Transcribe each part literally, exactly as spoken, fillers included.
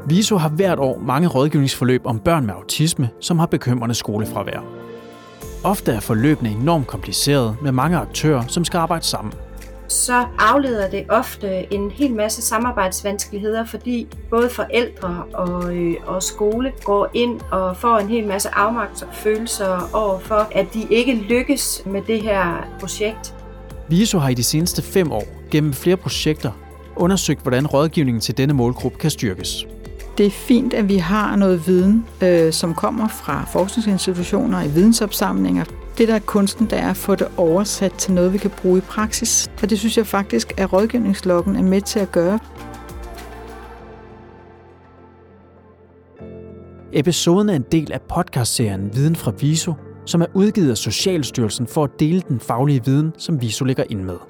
VISO har hvert år mange rådgivningsforløb om børn med autisme, som har bekymrende skolefravær. Ofte er forløbene enormt komplicerede med mange aktører, som skal arbejde sammen. Så afleder det ofte en hel masse samarbejdsvanskeligheder, fordi både forældre og, øh, og skole går ind og får en hel masse afmagtsfølelser over for, at de ikke lykkes med det her projekt. VISO har i de seneste fem år gennem flere projekter undersøgt, hvordan rådgivningen til denne målgruppe kan styrkes. Det er fint, at vi har noget viden, øh, som kommer fra forskningsinstitutioner i vidensopsamlinger. Det, der er kunsten, der er at få det oversat til noget, vi kan bruge i praksis. Og det synes jeg faktisk, at rådgivningsloggen er med til at gøre. Episoden er en del af podcastserien Viden fra VISO, som er udgivet af Socialstyrelsen for at dele den faglige viden, som VISO lægger ind med.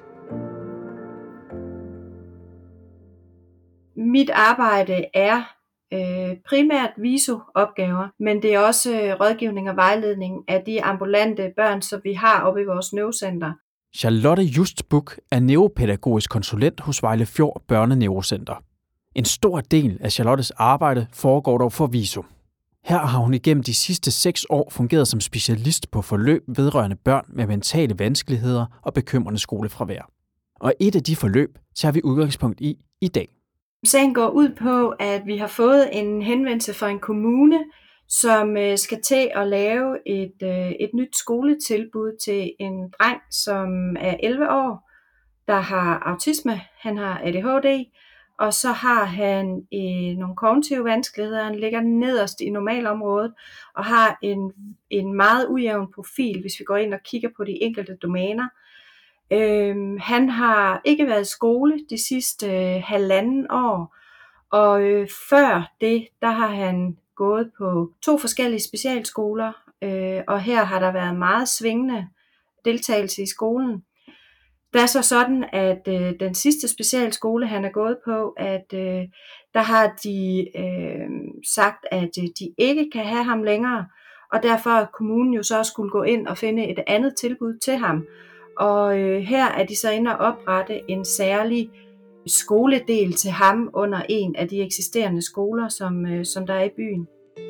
Mit arbejde er øh, primært VISO-opgaver, men det er også øh, rådgivning og vejledning af de ambulante børn, som vi har oppe i vores neurocenter. Charlotte Justbuk er neuropædagogisk konsulent hos Vejle Fjord Børneneurocenter. En stor del af Charlottes arbejde foregår dog for VISO. Her har hun igennem de sidste seks år fungeret som specialist på forløb vedrørende børn med mentale vanskeligheder og bekymrende skolefravær. Og et af de forløb tager vi udgangspunkt i i dag. Sagen går ud på, at vi har fået en henvendelse fra en kommune, som skal til at lave et, et nyt skoletilbud til en dreng, som er elleve år, der har autisme, han har A D H D, og så har han øh, nogle kognitive vanskeligheder. Han ligger nederst i normalområdet og har en, en meget ujævn profil, hvis vi går ind og kigger på de enkelte domæner. Øhm, han har ikke været i skole de sidste øh, halvanden år, og øh, før det, der har han gået på to forskellige specialskoler, øh, og her har der været meget svingende deltagelse i skolen. Det er så sådan, at øh, den sidste specialskole, han er gået på, at øh, der har de øh, sagt, at øh, de ikke kan have ham længere, og derfor har kommunen jo så skulle gå ind og finde et andet tilbud til ham. Og øh, her er de så inde og oprette en særlig skoledel til ham under en af de eksisterende skoler, som, øh, som der er i byen.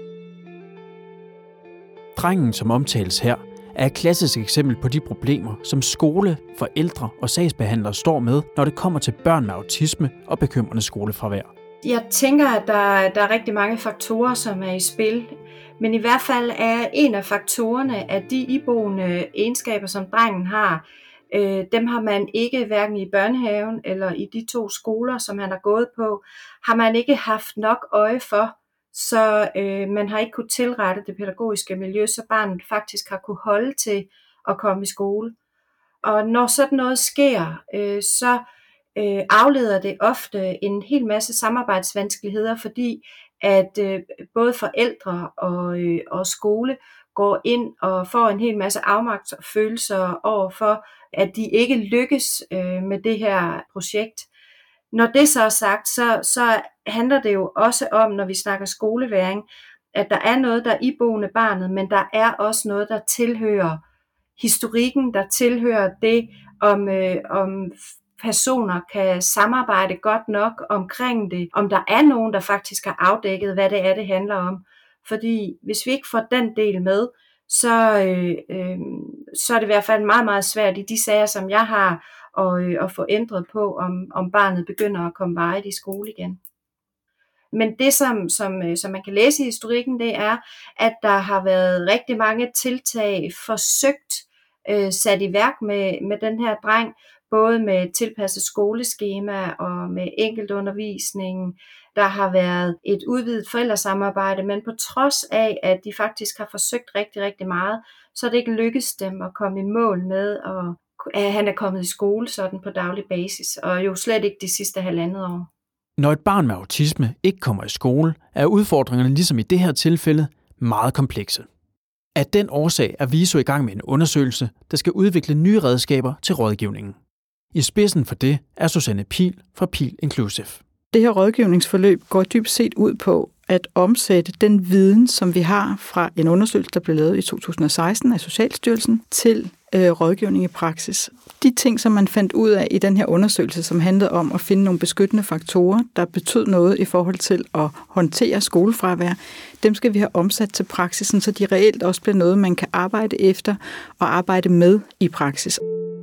Drengen, som omtales her, er et klassisk eksempel på de problemer, som skole, forældre og sagsbehandlere står med, når det kommer til børn med autisme og bekymrende skolefravær. Jeg tænker, at der, der er rigtig mange faktorer, som er i spil. Men i hvert fald er en af faktorerne, at de iboende egenskaber, som drengen har, øh, dem har man ikke, hverken i børnehaven eller i de to skoler, som han har gået på, har man ikke haft nok øje for, så øh, man har ikke kunne tilrette det pædagogiske miljø, så barnet faktisk har kunne holde til at komme i skole. Og når sådan noget sker, øh, så øh, afleder det ofte en hel masse samarbejdsvanskeligheder, fordi at øh, både forældre og, øh, og skole går ind og får en hel masse afmagtsfølelser over for, at de ikke lykkes øh, med det her projekt. Når det så er sagt, så, så handler det jo også om, når vi snakker skoleværing, at der er noget, der er iboende barnet, men der er også noget, der tilhører historikken, der tilhører det, om, øh, om personer kan samarbejde godt nok omkring det, om der er nogen, der faktisk har afdækket, hvad det er, det handler om. Fordi hvis vi ikke får den del med, så, øh, øh, så er det i hvert fald meget, meget svært i de sager, som jeg har, og, øh, at få ændret på, om, om barnet begynder at komme vejet i skole igen. Men det, som, som, øh, som man kan læse i historikken, det er, at der har været rigtig mange tiltag forsøgt øh, sat i værk med, med den her dreng, både med tilpasset skoleskema og med enkeltundervisning. Der har været et udvidet forældresamarbejde, men på trods af, at de faktisk har forsøgt rigtig, rigtig meget, så er det ikke lykkedes dem at komme i mål med, at han er kommet i skole sådan på daglig basis, og jo slet ikke de sidste halvandet år. Når et barn med autisme ikke kommer i skole, er udfordringerne ligesom i det her tilfælde meget komplekse. Af den årsag er VISO i gang med en undersøgelse, der skal udvikle nye redskaber til rådgivningen. I spidsen for det er Susanne Pihl fra Pihl Inclusive. Det her rådgivningsforløb går dybt set ud på at omsætte den viden, som vi har fra en undersøgelse, der blev lavet i to tusind og seksten af Socialstyrelsen, til øh, rådgivning i praksis. De ting, som man fandt ud af i den her undersøgelse, som handlede om at finde nogle beskyttende faktorer, der betød noget i forhold til at håndtere skolefravær, dem skal vi have omsat til praksisen, så de reelt også bliver noget, man kan arbejde efter og arbejde med i praksis.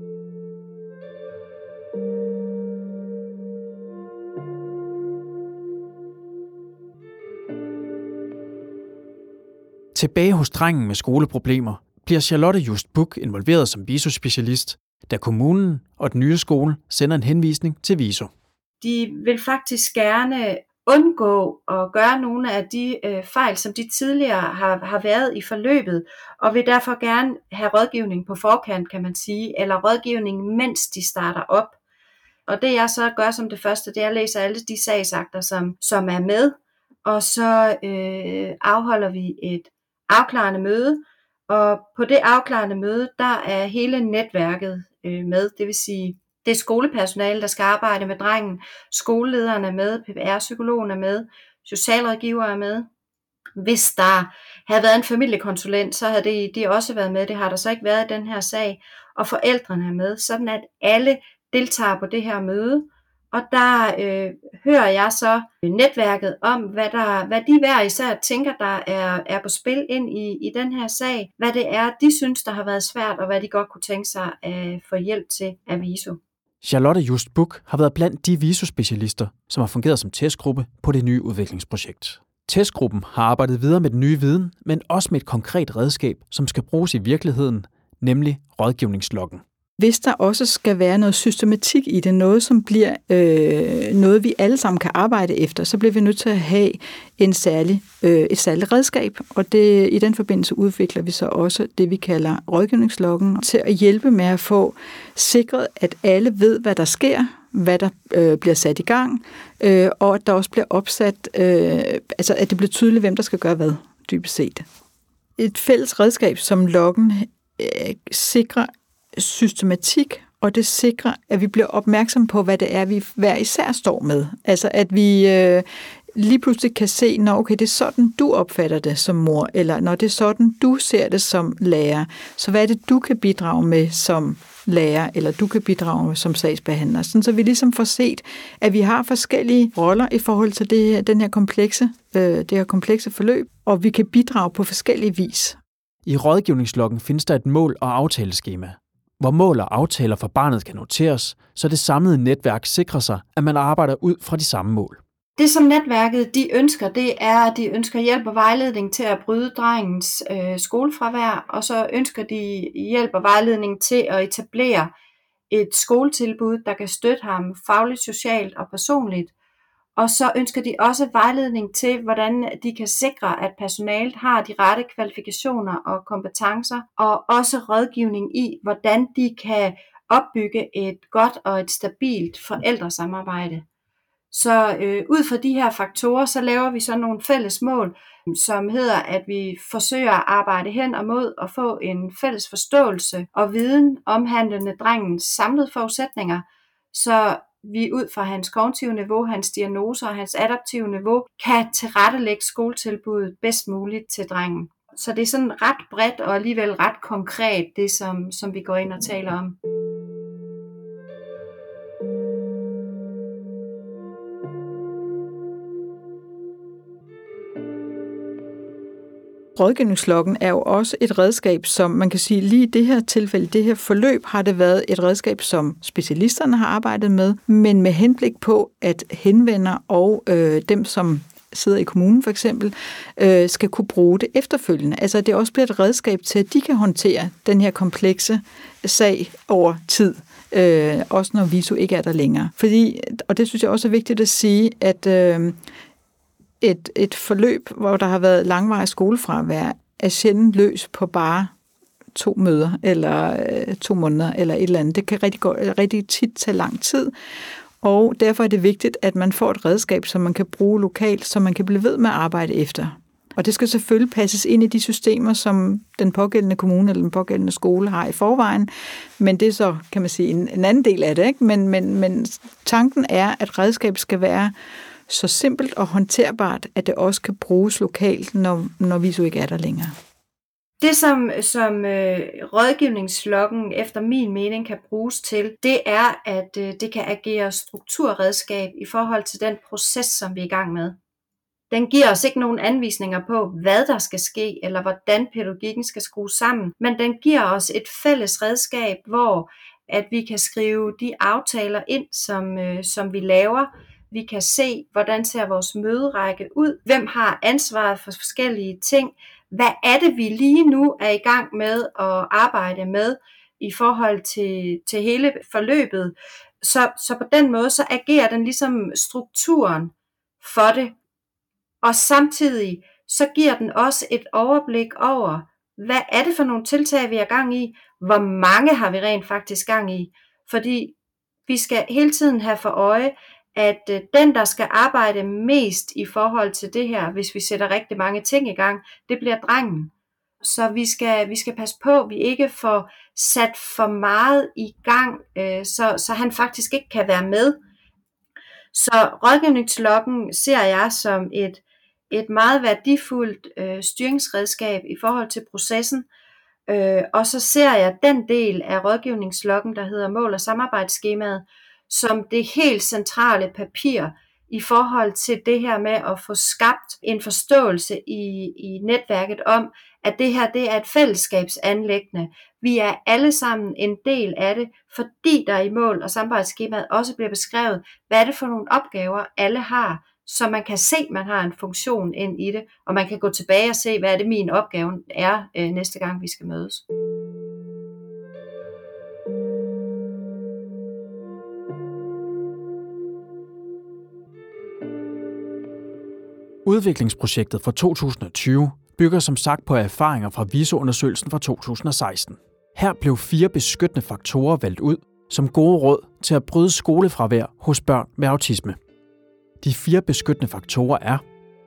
Tilbage hos drengen med skoleproblemer bliver Charlotte Just Buch involveret som VISO-specialist, da kommunen og den nye skole sender en henvisning til VISO. De vil faktisk gerne undgå at gøre nogle af de øh, fejl, som de tidligere har, har været i forløbet, og vil derfor gerne have rådgivning på forkant, kan man sige, eller rådgivning, mens de starter op. Og det jeg så gør som det første, det er at læse alle de sagsakter, som, som er med, og så øh, afholder vi et afklarende møde, og på det afklarende møde, der er hele netværket øh, med, det vil sige, det er skolepersonale, der skal arbejde med drengen, skolelederen er med, P P R-psykologen er med, socialrådgiver er med. Hvis der havde været en familiekonsulent, så havde de, de også været med, det har der så ikke været i den her sag, og forældrene er med, sådan at alle deltager på det her møde. Og der øh, hører jeg så netværket om, hvad, der, hvad de hver især tænker, der er, er på spil ind i, i den her sag. Hvad det er, de synes, der har været svært, og hvad de godt kunne tænke sig at få hjælp til af VISO. Charlotte Just Buch har været blandt de VISO-specialister, som har fungeret som testgruppe på det nye udviklingsprojekt. Testgruppen har arbejdet videre med den nye viden, men også med et konkret redskab, som skal bruges i virkeligheden, nemlig rådgivningsloggen. Hvis der også skal være noget systematik i det, noget som bliver øh, noget, vi alle sammen kan arbejde efter, så bliver vi nødt til at have en særlig, øh, et særligt redskab, og det, i den forbindelse udvikler vi så også det, vi kalder rådgivningsloggen, til at hjælpe med at få sikret, at alle ved, hvad der sker, hvad der øh, bliver sat i gang, øh, og at der også bliver opsat, øh, altså at det bliver tydeligt, hvem der skal gøre hvad, dybest set. Et fælles redskab som loggen øh, sikrer systematik, og det sikrer, at vi bliver opmærksom på, hvad det er, vi hver især står med. Altså, at vi øh, lige pludselig kan se, når okay, det er sådan, du opfatter det som mor, eller når det er sådan, du ser det som lærer. Så hvad er det, du kan bidrage med som lærer, eller du kan bidrage med som sagsbehandler. Sådan, så vi ligesom får set, at vi har forskellige roller i forhold til det, den her komplekse, øh, det her komplekse forløb, og vi kan bidrage på forskellige vis. I rådgivningsloggen findes der et mål- og aftaleskema, hvor mål og aftaler for barnet kan noteres, så det samlede netværk sikrer sig, at man arbejder ud fra de samme mål. Det som netværket de ønsker, det er, at de ønsker hjælp og vejledning til at bryde drengens øh, skolefravær, og så ønsker de hjælp og vejledning til at etablere et skoletilbud, der kan støtte ham fagligt, socialt og personligt. Og så ønsker de også vejledning til, hvordan de kan sikre, at personalet har de rette kvalifikationer og kompetencer, og også rådgivning i, hvordan de kan opbygge et godt og et stabilt forældresamarbejde. Så øh, ud fra de her faktorer, så laver vi så nogle fælles mål, som hedder, at vi forsøger at arbejde hen og mod at få en fælles forståelse og viden omhandlende drengens samlede forudsætninger, så vi ud fra hans kognitive niveau, hans diagnoser og hans adaptive niveau, kan tilrettelægge skoletilbuddet bedst muligt til drengen. Så det er sådan ret bredt og alligevel ret konkret, det som, som vi går ind og taler om. Rådgivningsloggen er jo også et redskab, som man kan sige, lige i det her tilfælde, det her forløb, har det været et redskab, som specialisterne har arbejdet med, men med henblik på, at henvender og øh, dem, som sidder i kommunen for eksempel, øh, skal kunne bruge det efterfølgende. Altså det også bliver et redskab til, at de kan håndtere den her komplekse sag over tid. Øh, også når VISO ikke er der længere. Fordi, og det synes jeg også er vigtigt at sige, at øh, Et, et forløb, hvor der har været langvarig skolefravær, er sjældent løs på bare to møder, eller øh, to måneder, eller et eller andet. Det kan rigtig, rigtig tit tage lang tid, og derfor er det vigtigt, at man får et redskab, som man kan bruge lokalt, så man kan blive ved med at arbejde efter. Og det skal selvfølgelig passes ind i de systemer, som den pågældende kommune eller den pågældende skole har i forvejen, men det er så, kan man sige, en, en anden del af det, ikke? Men, men, men tanken er, at redskabet skal være så simpelt og håndterbart, at det også kan bruges lokalt, når, når VISO ikke er der længere. Det, som, som øh, rådgivningsloggen efter min mening kan bruges til, det er, at øh, det kan agere strukturredskab i forhold til den proces, som vi er i gang med. Den giver os ikke nogen anvisninger på, hvad der skal ske, eller hvordan pædagogikken skal skrues sammen, men den giver os et fælles redskab, hvor at vi kan skrive de aftaler ind, som, øh, som vi laver. Vi kan se, hvordan ser vores møderække ud, hvem har ansvaret for forskellige ting, hvad er det, vi lige nu er i gang med at arbejde med i forhold til, til hele forløbet. Så, så på den måde, så agerer den ligesom strukturen for det. Og samtidig, så giver den også et overblik over, hvad er det for nogle tiltag, vi er gang i? Hvor mange har vi rent faktisk gang i? Fordi vi skal hele tiden have for øje, at den, der skal arbejde mest i forhold til det her, hvis vi sætter rigtig mange ting i gang, det bliver drengen. Så vi skal, vi skal passe på, at vi ikke får sat for meget i gang, øh, så, så han faktisk ikke kan være med. Så rådgivningsloggen ser jeg som et, et meget værdifuldt øh, styringsredskab i forhold til processen. Øh, og så ser jeg den del af rådgivningsloggen, der hedder mål- og samarbejdsskemaet, som det helt centrale papir i forhold til det her med at få skabt en forståelse i, i netværket om, at det her det er et fællesskabsanliggende. Vi er alle sammen en del af det, fordi der i mål- og samarbejdsskemaet også bliver beskrevet, hvad er det for nogle opgaver, alle har, så man kan se, at man har en funktion ind i det, og man kan gå tilbage og se, hvad er det min opgave er øh, næste gang, vi skal mødes. Udviklingsprojektet for to tusind og tyve bygger som sagt på erfaringer fra VISO-undersøgelsen fra to tusind og seksten. Her blev fire beskyttende faktorer valgt ud som gode råd til at bryde skolefravær hos børn med autisme. De fire beskyttende faktorer er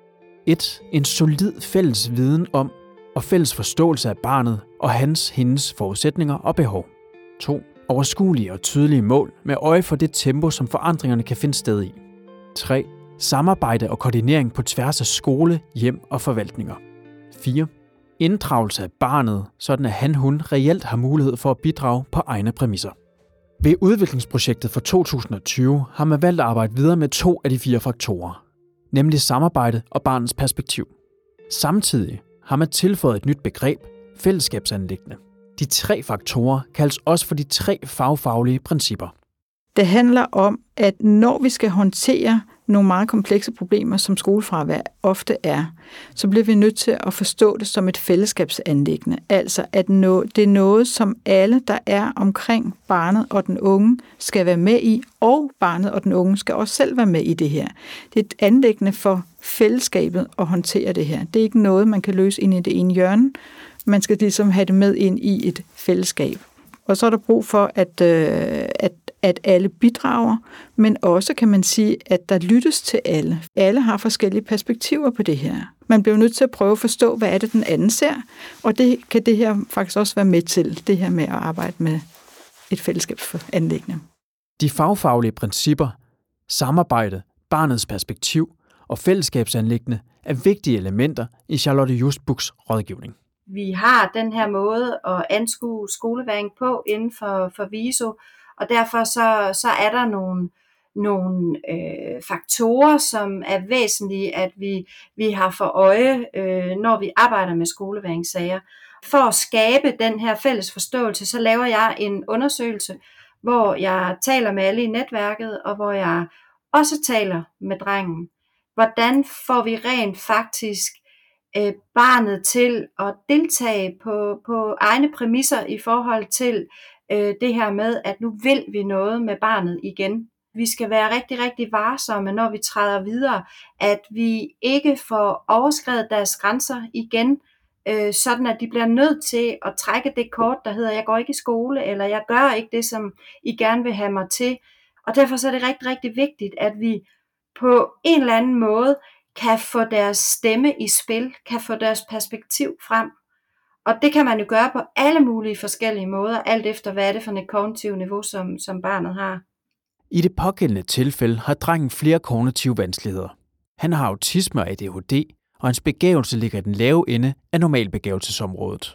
et. En solid fælles viden om og fælles forståelse af barnet og hans, hendes forudsætninger og behov. to. Overskuelige og tydelige mål med øje for det tempo, som forandringerne kan finde sted i. tre. Samarbejde og koordinering på tværs af skole, hjem og forvaltninger. fire. Inddragelse af barnet, sådan at han/hun reelt har mulighed for at bidrage på egne præmisser. Ved udviklingsprojektet for to tusind og tyve har man valgt at arbejde videre med to af de fire faktorer, nemlig samarbejde og barnets perspektiv. Samtidig har man tilføjet et nyt begreb, fællesskabsanliggende. De tre faktorer kaldes også for de tre fagfaglige principper. Det handler om, at når vi skal håndtere nogle meget komplekse problemer, som skolefravær ofte er, så bliver vi nødt til at forstå det som et fællesskabsanliggende. Altså, at det er noget, som alle, der er omkring barnet og den unge, skal være med i, og barnet og den unge skal også selv være med i det her. Det er et anliggende for fællesskabet at håndtere det her. Det er ikke noget, man kan løse ind i det ene hjørne. Man skal ligesom have det med ind i et fællesskab. Og så er der brug for, at, øh, at, at alle bidrager, men også kan man sige, at der lyttes til alle. Alle har forskellige perspektiver på det her. Man bliver nødt til at prøve at forstå, hvad er det, den anden ser, og det kan det her faktisk også være med til, det her med at arbejde med et fællesskabsanliggende. De fagfaglige principper, samarbejde, barnets perspektiv og fællesskabsanliggende er vigtige elementer i Charlotte Just Buchs rådgivning. Vi har den her måde at anskue skoleværing på inden for, for VISO, og derfor så, så er der nogle, nogle øh, faktorer, som er væsentlige, at vi, vi har for øje, øh, når vi arbejder med skoleværingssager. For at skabe den her fælles forståelse, så laver jeg en undersøgelse, hvor jeg taler med alle i netværket, og hvor jeg også taler med drengen. Hvordan får vi rent faktisk øh, barnet til at deltage på, på egne præmisser i forhold til øh, det her med, at nu vil vi noget med barnet igen. Vi skal være rigtig, rigtig varsomme, når vi træder videre, at vi ikke får overskredet deres grænser igen, øh, sådan at de bliver nødt til at trække det kort, der hedder, jeg går ikke i skole, eller jeg gør ikke det, som I gerne vil have mig til. Og derfor så er det rigtig, rigtig vigtigt, at vi på en eller anden måde kan få deres stemme i spil, kan få deres perspektiv frem. Og det kan man jo gøre på alle mulige forskellige måder, alt efter hvad er det for et kognitivt niveau, som, som barnet har. I det pågældende tilfælde har drengen flere kognitive vanskeligheder. Han har autisme og A D H D, og hans begævelse ligger i den lave ende af normalbegævelsesområdet.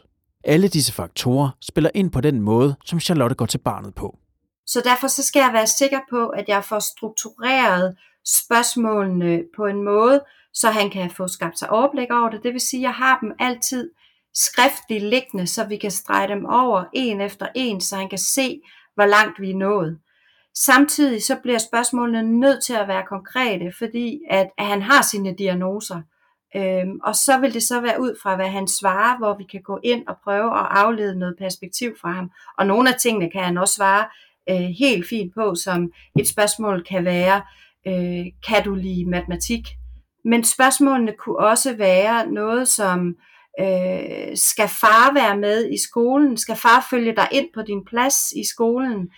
Alle disse faktorer spiller ind på den måde, som Charlotte går til barnet på. Så derfor så skal jeg være sikker på, at jeg får struktureret spørgsmålene på en måde, så han kan få skabt sig overblik over det. Det vil sige, at jeg har dem altid skriftligt liggende, så vi kan strege dem over en efter en, så han kan se, hvor langt vi er nået. Samtidig så bliver spørgsmålene nødt til at være konkrete, fordi at, at han har sine diagnoser. Øhm, og så vil det så være ud fra, hvad han svarer, hvor vi kan gå ind og prøve at aflede noget perspektiv fra ham. Og nogle af tingene kan han også svare øh, helt fint på, som et spørgsmål kan være, øh, kan du lide matematik? Men spørgsmålene kunne også være noget som, øh, skal far være med i skolen? Skal far følge dig ind på din plads i skolen?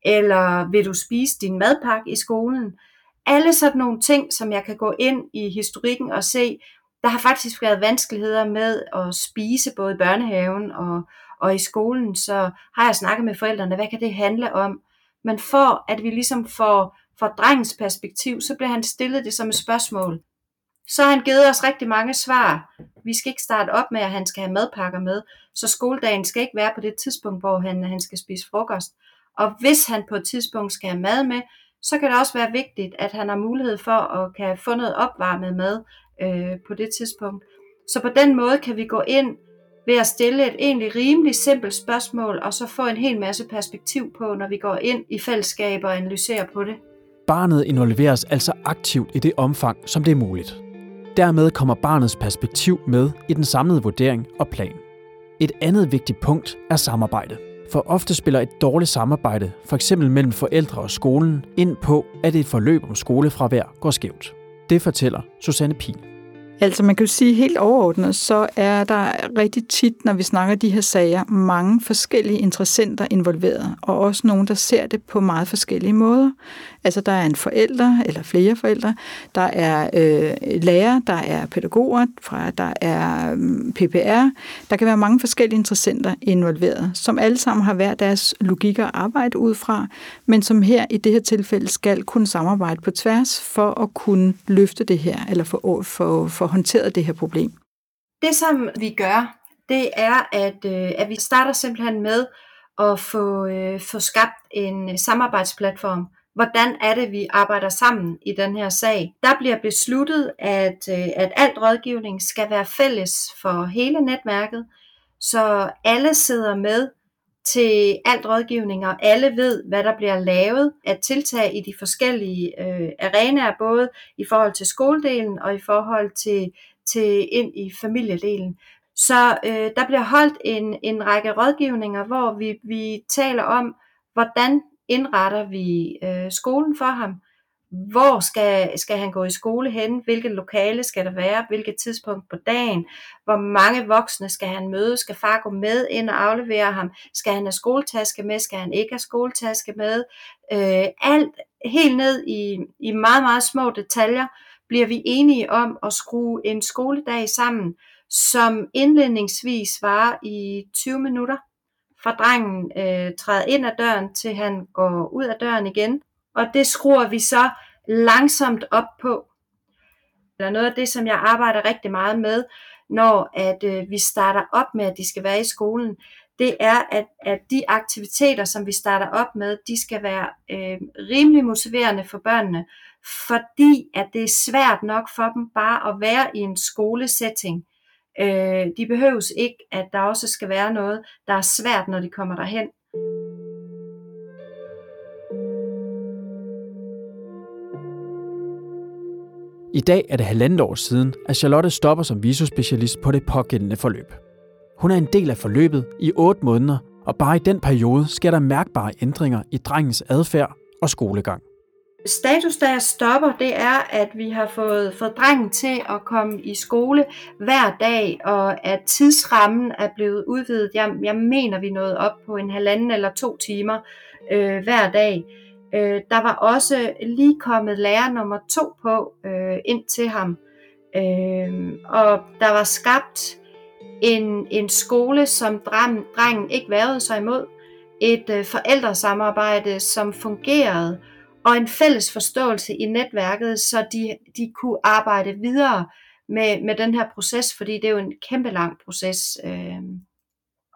Eller vil du spise din madpakke i skolen? Alle sådan nogle ting, som jeg kan gå ind i historikken og se, der har faktisk været vanskeligheder med at spise både i børnehaven og, og i skolen, så har jeg snakket med forældrene, hvad kan det handle om? Men for at vi ligesom får, får drengens perspektiv, så bliver han stillet det som et spørgsmål. Så har han givet os rigtig mange svar. Vi skal ikke starte op med, at han skal have madpakker med, så skoledagen skal ikke være på det tidspunkt, hvor han, han skal spise frokost. Og hvis han på et tidspunkt skal have mad med, så kan det også være vigtigt, at han har mulighed for at kan få noget opvarmet mad øh, på det tidspunkt. Så på den måde kan vi gå ind ved at stille et egentlig rimelig simpelt spørgsmål, og så få en hel masse perspektiv på, når vi går ind i fællesskab og analyserer på det. Barnet involveres altså aktivt i det omfang, som det er muligt. Dermed kommer barnets perspektiv med i den samlede vurdering og plan. Et andet vigtigt punkt er samarbejde. For ofte spiller et dårligt samarbejde, f.eks. mellem forældre og skolen, ind på, at et forløb om skolefravær går skævt. Det fortæller Susanne Pihl. Altså man kan jo sige helt overordnet, så er der rigtig tit, når vi snakker de her sager, mange forskellige interessenter involveret, og også nogen, der ser det på meget forskellige måder. Altså der er en forælder, eller flere forældre, der er øh, lærer, der er pædagoger, fra, der er øh, P P R. Der kan være mange forskellige interessenter involveret, som alle sammen har hver deres logik at arbejde ud fra, men som her i det her tilfælde skal kunne samarbejde på tværs for at kunne løfte det her, eller få for, for håndteret det her problem. Det, som vi gør, det er, at, øh, at vi starter simpelthen med at få, øh, få skabt en samarbejdsplatform. Hvordan er det, vi arbejder sammen i den her sag? Der bliver besluttet, at, øh, at alt rådgivning skal være fælles for hele netværket, så alle sidder med til alt rådgivning, og alle ved, hvad der bliver lavet af tiltag i de forskellige øh, arenaer, både i forhold til skoledelen og i forhold til, til ind i familiedelen. Så øh, der bliver holdt en, en række rådgivninger, hvor vi, vi taler om, hvordan indretter vi øh, skolen for ham. Hvor skal, skal han gå i skole hen? Hvilket lokale skal der være? Hvilket tidspunkt på dagen? Hvor mange voksne skal han møde? Skal far gå med ind og aflevere ham? Skal han have skoletaske med? Skal han ikke have skoletaske med? Øh, alt helt ned i, i meget, meget små detaljer bliver vi enige om at skrue en skoledag sammen, som indledningsvis var i tyve minutter. Fra drengen øh, træder ind ad døren, til han går ud af døren igen. Og det skruer vi så langsomt op på. Eller noget af det, som jeg arbejder rigtig meget med, når at, øh, vi starter op med, at de skal være i skolen, det er, at, at de aktiviteter, som vi starter op med, de skal være øh, rimelig motiverende for børnene, fordi at det er svært nok for dem bare at være i en skolesetting. Øh, de behøves ikke, at der også skal være noget, der er svært, når de kommer derhen. I dag er det halvandet år siden, at Charlotte stopper som visospecialist på det pågældende forløb. Hun er en del af forløbet i otte måneder, og bare i den periode sker der mærkbare ændringer i drengens adfærd og skolegang. Status, da jeg stopper, det er, at vi har fået, fået drengen til at komme i skole hver dag, og at tidsrammen er blevet udvidet. Jeg, jeg mener, vi nåede op på en halvanden eller to timer øh, hver dag. Øh, der var også lige kommet lærer nummer to på øh, ind til ham, øh, og der var skabt en, en skole, som drengen, drengen ikke værede sig imod, et øh, forældresamarbejde, som fungerede, og en fælles forståelse i netværket, så de, de kunne arbejde videre med, med den her proces, fordi det er jo en kæmpe lang proces. Øh.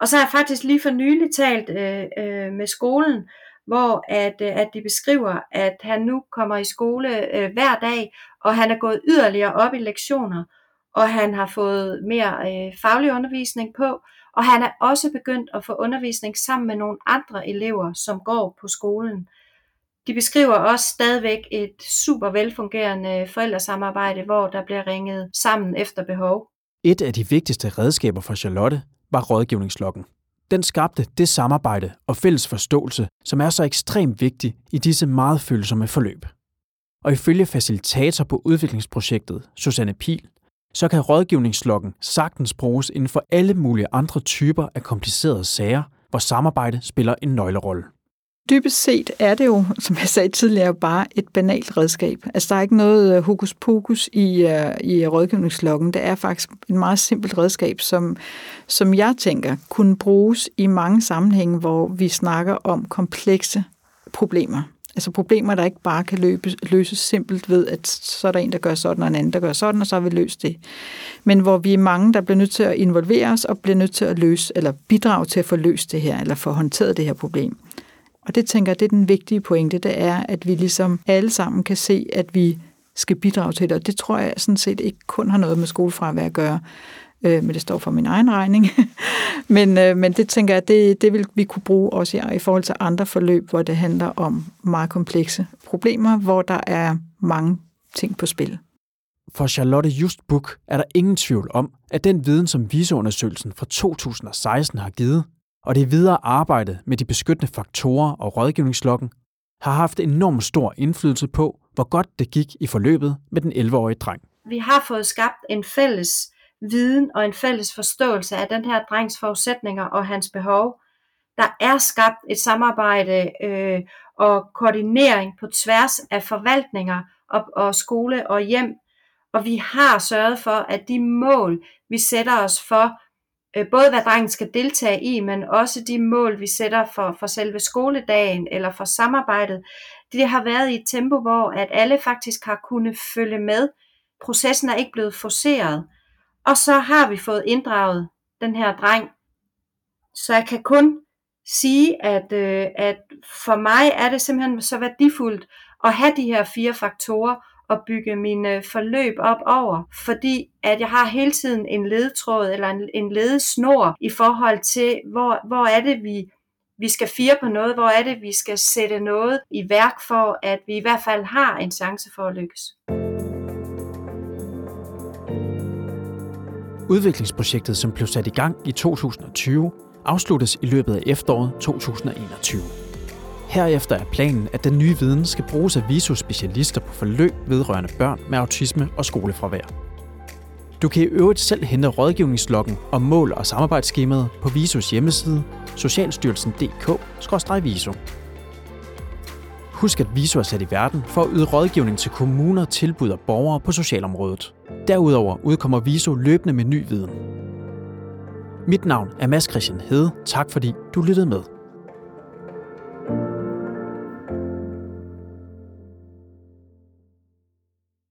Og så har jeg faktisk lige for nylig talt øh, øh, med skolen, hvor at, øh, at de beskriver, at han nu kommer i skole øh, hver dag, og han er gået yderligere op i lektioner, og han har fået mere øh, faglig undervisning på, og han er også begyndt at få undervisning sammen med nogle andre elever, som går på skolen. De beskriver også stadigvæk et super velfungerende forældresamarbejde, hvor der bliver ringet sammen efter behov. Et af de vigtigste redskaber for Charlotte var rådgivningsloggen. Den skabte det samarbejde og fælles forståelse, som er så ekstremt vigtig i disse meget følsomme forløb. Og ifølge facilitator på udviklingsprojektet, Susanne Pihl, så kan rådgivningsloggen sagtens bruges inden for alle mulige andre typer af komplicerede sager, hvor samarbejde spiller en nøglerolle. Dybest set er det jo, som jeg sagde tidligere, bare et banalt redskab. Altså, der er ikke noget hokus pokus i, uh, i rådgivningsloggen. Det er faktisk et meget simpelt redskab, som, som jeg tænker kunne bruges i mange sammenhænge, hvor vi snakker om komplekse problemer. Altså problemer, der ikke bare kan løbe, løses simpelt ved, at så er der en, der gør sådan, og en anden, der gør sådan, og så har vi løst det. Men hvor vi er mange, der bliver nødt til at involvere os, og bliver nødt til at løse, eller bidrage til at få løst det her, eller få håndteret det her problem. Og det tænker jeg, det er den vigtige pointe, det er, at vi ligesom alle sammen kan se, at vi skal bidrage til det. Og det tror jeg sådan set ikke kun har noget med skolefravær at gøre, øh, men det står for min egen regning. men, øh, men det tænker jeg, det, det vil vi kunne bruge også i, i forhold til andre forløb, hvor det handler om meget komplekse problemer, hvor der er mange ting på spil. For Charlotte Just Buch er der ingen tvivl om, at den viden, som VISO-undersøgelsen fra to tusind og seksten har givet, og det videre arbejde med de beskyttende faktorer og rådgivningsloggen, har haft enormt stor indflydelse på, hvor godt det gik i forløbet med den elleve-årige dreng. Vi har fået skabt en fælles viden og en fælles forståelse af den her drengs forudsætninger og hans behov. Der er skabt et samarbejde øh, og koordinering på tværs af forvaltninger og, og skole og hjem, og vi har sørget for, at de mål, vi sætter os for, både hvad drengen skal deltage i, men også de mål, vi sætter for, for selve skoledagen eller for samarbejdet, det har været i et tempo, hvor at alle faktisk har kunnet følge med. Processen er ikke blevet forceret. Og så har vi fået inddraget den her dreng. Så jeg kan kun sige, at, øh, at for mig er det simpelthen så værdifuldt at have de her fire faktorer, at bygge mine forløb op over, fordi at jeg har hele tiden en ledetråd eller en, en ledesnor i forhold til, hvor, hvor er det, vi, vi skal fire på noget, hvor er det, vi skal sætte noget i værk for, at vi i hvert fald har en chance for at lykkes. Udviklingsprojektet, som blev sat i gang i to tusind og tyve, afsluttes i løbet af efteråret to tusind og enogtyve. Herefter er planen, at den nye viden skal bruges af VISO-specialister på forløb vedrørende børn med autisme og skolefravær. Du kan i øvrigt selv hente rådgivningsloggen og mål- og samarbejdsskemaet på VISOs hjemmeside socialstyrelsen punktum d k skråstreg viso. Husk, at VISO er sat i verden for at yde rådgivning til kommuner, tilbud og borgere på socialområdet. Derudover udkommer VISO løbende med ny viden. Mit navn er Mads Christian Hede. Tak fordi du lyttede med.